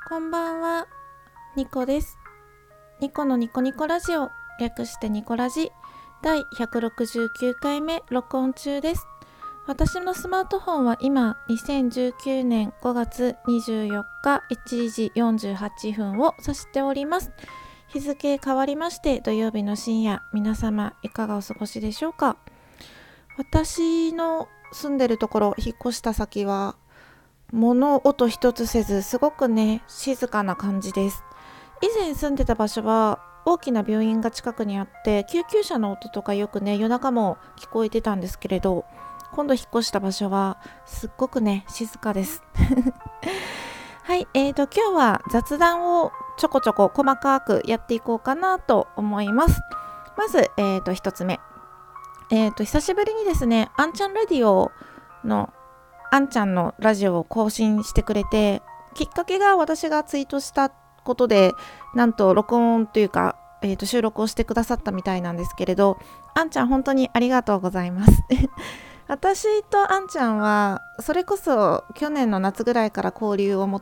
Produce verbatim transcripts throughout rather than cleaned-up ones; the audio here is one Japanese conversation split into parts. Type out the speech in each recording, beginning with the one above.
こんばんは、ニコです。ニコのニコニコラジオ、略してニコラジ、だいひゃくろくじゅうきゅうかいめ録音中です。私のスマートフォンは今、にせんじゅうきゅうねんごがつにじゅうよっかいちじよんじゅうはっぷんを指しております。日付変わりまして土曜日の深夜、皆様いかがお過ごしでしょうか。私の住んでるところ、引っ越した先は物音一つせず、すごくね静かな感じです。以前住んでた場所は大きな病院が近くにあって、救急車の音とかよくね夜中も聞こえてたんですけれど、今度引っ越した場所はすっごくね静かですはい、えーと今日は雑談をちょこちょこ細かくやっていこうかなと思います。まず、えーと一つ目、えーと久しぶりにですね、あんちゃんラディオのあんちゃんのラジオを更新してくれて、きっかけが私がツイートしたことで、なんと録音というか、えーと収録をしてくださったみたいなんですけれど、あんちゃん本当にありがとうございます私とあんちゃんはそれこそ去年の夏ぐらいから交流を持って、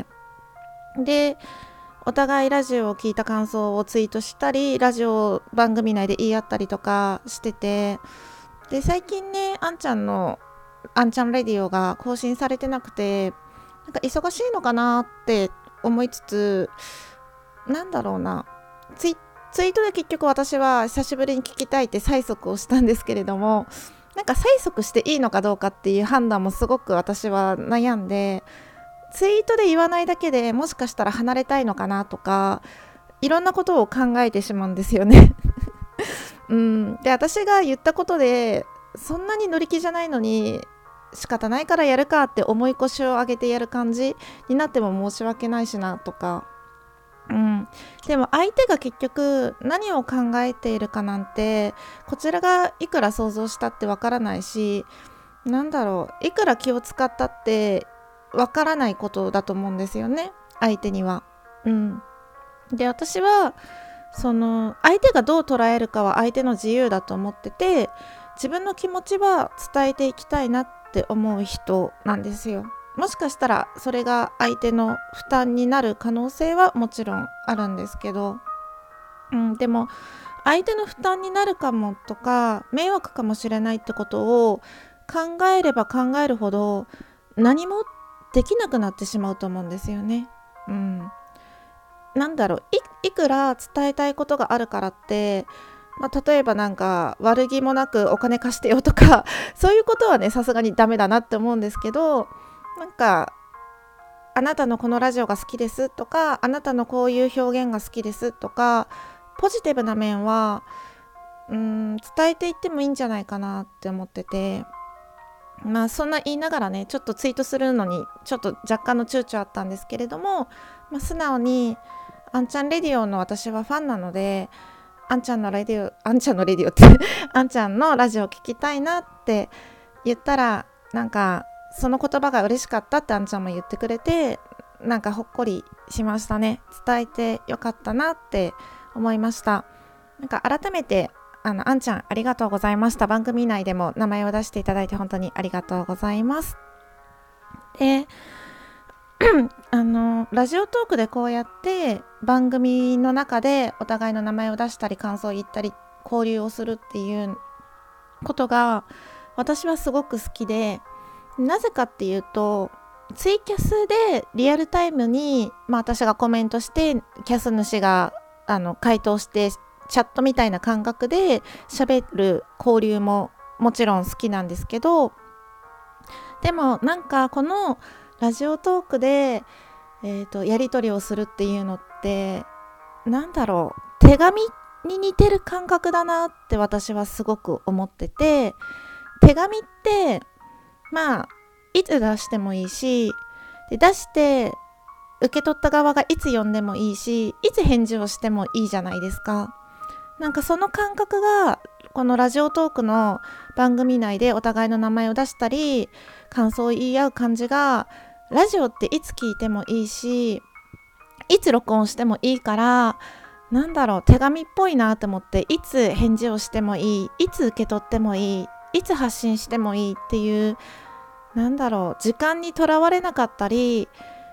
でお互いラジオを聞いた感想をツイートしたり、ラジオ番組内で言い合ったりとかしてて、で最近ねあんちゃんのあんちゃんレディオが更新されてなくて、なんか忙しいのかなって思いつつ、なんだろうな、ツイツイートで結局私は久しぶりに聞きたいって催促をしたんですけれども、なんか催促していいのかどうかっていう判断もすごく私は悩んで、ツイートで言わないだけでもしかしたら離れたいのかなとか、いろんなことを考えてしまうんですよねうんで私が言ったことでそんなに乗り気じゃないのに、仕方ないからやるかって重い腰を上げてやる感じになっても申し訳ないしなとか、うん、でも相手が結局何を考えているかなんて、こちらがいくら想像したってわからないし、なんだろう、いくら気を使ったってわからないことだと思うんですよね、相手には。うん、で私はその相手がどう捉えるかは相手の自由だと思ってて、自分の気持ちは伝えていきたいなって思う人なんですよ。もしかしたらそれが相手の負担になる可能性はもちろんあるんですけど、うん、でも相手の負担になるかもとか迷惑かもしれないってことを考えれば考えるほど何もできなくなってしまうと思うんですよね。うん、なんだろう、 い, いくら伝えたいことがあるからって、まあ、例えばなんか悪気もなくお金貸してよとかそういうことはねさすがにダメだなって思うんですけど、なんかあなたのこのラジオが好きですとか、あなたのこういう表現が好きですとか、ポジティブな面はうーん伝えていってもいいんじゃないかなって思ってて、まあそんな言いながらね、ちょっとツイートするのにちょっと若干の躊躇あったんですけれども、まあ、素直にあんちゃんレディオの私はファンなので、あんちゃんのレディオあんちゃんのレディオってあんちゃんのラジオ聞きたいなって言ったら、なんかその言葉が嬉しかったってあんちゃんも言ってくれて、なんかほっこりしましたね。伝えてよかったなって思いました。なんか改めてあのあんちゃんありがとうございました。番組内でも名前を出していただいて本当にありがとうございます。であのラジオトークでこうやって番組の中でお互いの名前を出したり感想を言ったり交流をするっていうことが私はすごく好きで、なぜかっていうと、ツイキャスでリアルタイムに、まあ、私がコメントしてキャス主があの回答してチャットみたいな感覚で喋る交流ももちろん好きなんですけど、でもなんかこのラジオトークで、えーと、やり取りをするっていうのって、なんだろう、手紙に似てる感覚だなって私はすごく思ってて、手紙ってまあいつ出してもいいし、で出して受け取った側がいつ読んでもいいし、いつ返事をしてもいいじゃないですか。なんかその感覚がこのラジオトークの番組内でお互いの名前を出したり感想を言い合う感じが、ラジオっていつ聞いてもいいし、いつ録音してもいいから、なんだろう、手紙っぽいなと思って、いつ返事をしてもいい、いつ受け取ってもいい、いつ発信してもいいっていう、なんだろう、時間にとらわれなかったり、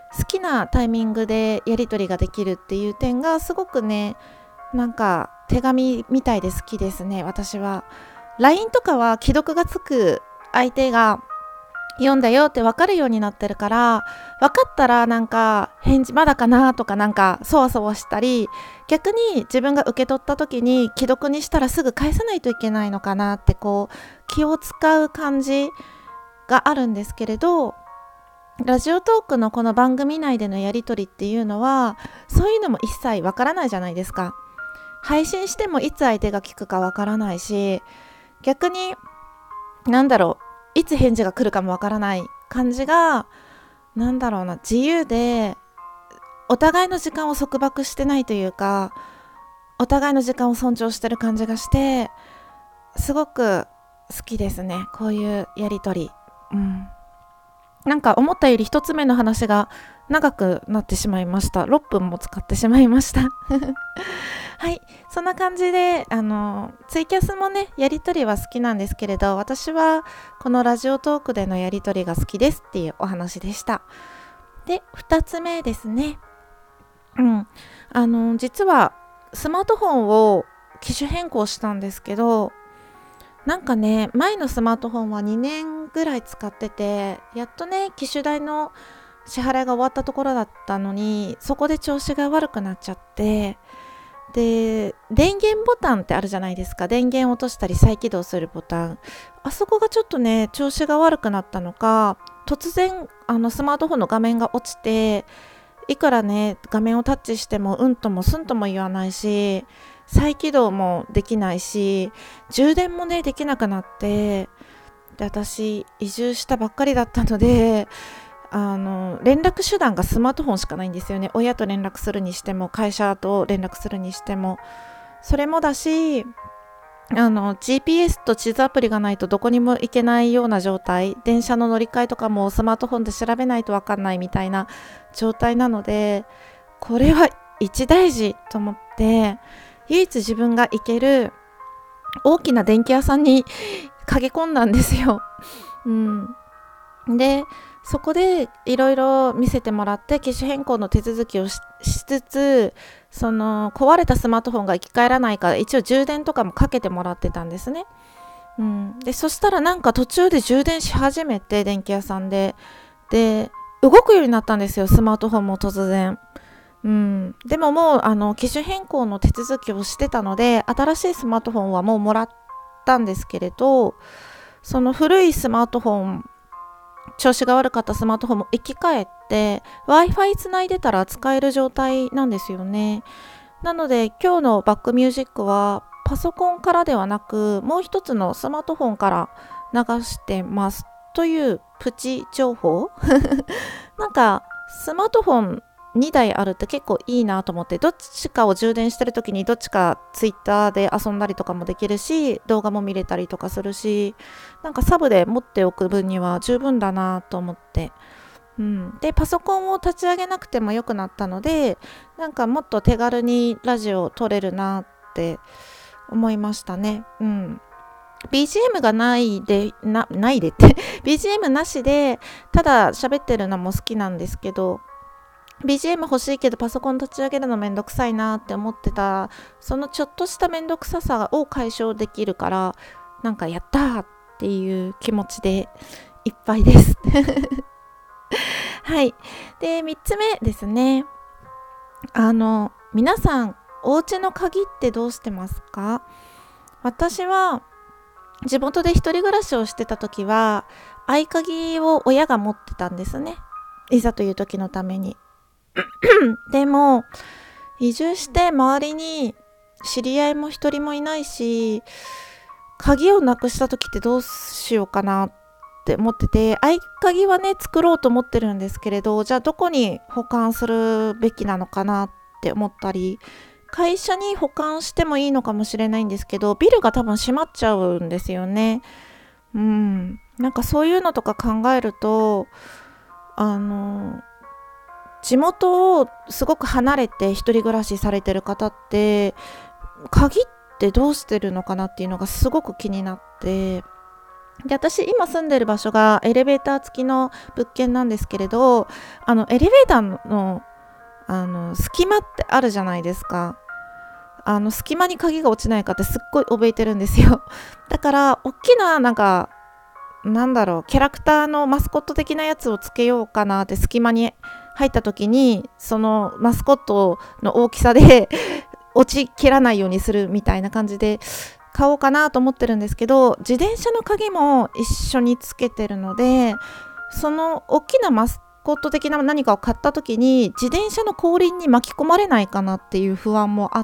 好きなタイミングでやり取りができるっていう点がすごくね、なんか手紙みたいで好きですね、私は。 ライン とかは既読がつく、相手が読んだよって分かるようになってるから、分かったらなんか返事まだかなとか、なんかそわそわしたり、逆に自分が受け取った時に既読にしたらすぐ返さないといけないのかなって、こう気を使う感じがあるんですけれど、ラジオトークのこの番組内でのやり取りっていうのはそういうのも一切わからないじゃないですか。配信してもいつ相手が聞くかわからないし、逆になんだろう、いつ返事が来るかもわからない感じが、なんだろうな、自由でお互いの時間を束縛してないというか、お互いの時間を尊重してる感じがして、すごく好きですね、こういうやりとり。うん、なんか思ったより一つ目の話が長くなってしまいました。ろっぷんも使ってしまいましたはい、そんな感じで、あのツイキャスもね、やりとりは好きなんですけれど、私はこのラジオトークでのやりとりが好きですっていうお話でした。で、ふたつめですね。うん、あの実はスマートフォンを機種変更したんですけど、なんかね、前のスマートフォンはにねんぐらい使ってて、やっとね機種代の支払いが終わったところだったのに、そこで調子が悪くなっちゃって、で電源ボタンってあるじゃないですか、電源を落としたり再起動するボタン、あそこがちょっとね調子が悪くなったのか、突然あのスマートフォンの画面が落ちて、いくらね画面をタッチしてもうんともすんとも言わないし、再起動もできないし、充電もねできなくなって、で私移住したばっかりだったので、あの連絡手段がスマートフォンしかないんですよね。親と連絡するにしても、会社と連絡するにしても、それもだし、あの ジーピーエス と地図アプリがないとどこにも行けないような状態、電車の乗り換えとかもスマートフォンで調べないと分かんないみたいな状態なので、これは一大事と思って、唯一自分が行ける大きな電気屋さんに駆け込んだんですよ、うん、でそこでいろいろ見せてもらって、機種変更の手続きを し, しつつ、その壊れたスマートフォンが生き返らないから一応充電とかもかけてもらってたんですね、うん、でそしたらなんか途中で充電し始めて、電気屋さんでで動くようになったんですよ、スマートフォンも突然、うん、でももうあの機種変更の手続きをしてたので、新しいスマートフォンはもうもらったんですけれど、その古いスマートフォン、調子が悪かったスマートフォンも生き返って Wi-Fi つないでたら使える状態なんですよね。なので今日のバックミュージックはパソコンからではなく、もう一つのスマートフォンから流してますというプチ情報なんかスマートフォンにだいあるって結構いいなと思って、どっちかを充電してる時にどっちかツイッターで遊んだりとかもできるし、動画も見れたりとかするし、なんかサブで持っておく分には十分だなと思って、うん、でパソコンを立ち上げなくてもよくなったので、なんかもっと手軽にラジオを撮れるなって思いましたね、うん、ビージーエム がないでなないでってビージーエム なしでただ喋ってるのも好きなんですけど、ビージーエム 欲しいけどパソコン立ち上げるのめんどくさいなって思ってた、そのちょっとしためんどくささを解消できるから、なんかやったーっていう気持ちでいっぱいですはい。でみっつめですね。あの皆さんお家の鍵ってどうしてますか？私は地元で一人暮らしをしてた時は合鍵を親が持ってたんですね、いざという時のためにでも移住して周りに知り合いも一人もいないし、鍵をなくした時ってどうしようかなって思ってて、合鍵はね作ろうと思ってるんですけれど、じゃあどこに保管するべきなのかなって思ったり、会社に保管してもいいのかもしれないんですけど、ビルが多分閉まっちゃうんですよね。うん、なんかそういうのとか考えると、あの地元をすごく離れて一人暮らしされてる方って鍵ってどうしてるのかなっていうのがすごく気になって、 で、私今住んでる場所がエレベーター付きの物件なんですけれど、あのエレベーターのあの隙間ってあるじゃないですか。あの隙間に鍵が落ちないかってすっごい怯えてるんですよ。だから大きななんかなんだろうキャラクターのマスコット的なやつをつけようかなって、隙間に入った時にそのマスコットの大きさで落ちきらないようにするみたいな感じで買おうかなと思ってるんですけど、自転車の鍵も一緒につけてるので、その大きなマスコット的な何かを買った時に自転車の後輪に巻き込まれないかなっていう不安もあって、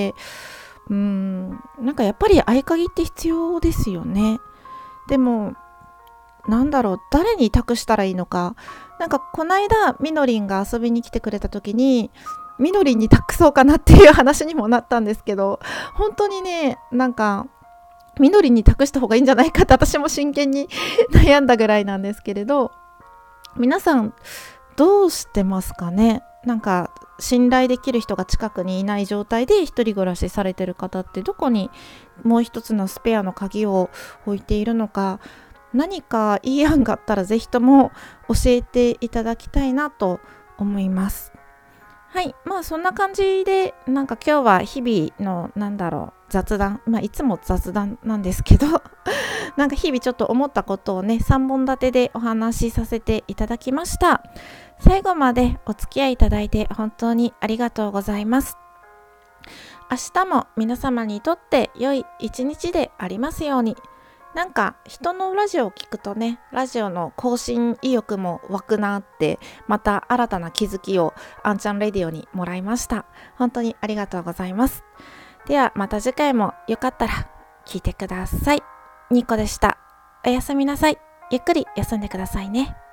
うーんなんかやっぱり合鍵って必要ですよね。でもなんだろう誰に託したらいいのか。なんかこないだみのりんが遊びに来てくれた時にみのりんに託そうかなっていう話にもなったんですけど、本当にねなんかみのりんに託した方がいいんじゃないかって私も真剣に悩んだぐらいなんですけれど、皆さんどうしてますかね。なんか信頼できる人が近くにいない状態で一人暮らしされてる方ってどこにもう一つのスペアの鍵を置いているのか、何かいい案があったらぜひとも教えていただきたいなと思います。はい、まあそんな感じで、なんか今日は日々のなんだろう雑談、まあいつも雑談なんですけどなんか日々ちょっと思ったことをねさんぼん立てでお話しさせていただきました。最後までお付き合いいただいて本当にありがとうございます。明日も皆様にとって良い一日でありますように。なんか人のラジオを聞くとね、ラジオの更新意欲も湧くなって、また新たな気づきをあんちゃんレディオにもらいました。本当にありがとうございます。ではまた次回もよかったら聞いてください。ニコでした。おやすみなさい。ゆっくり休んでくださいね。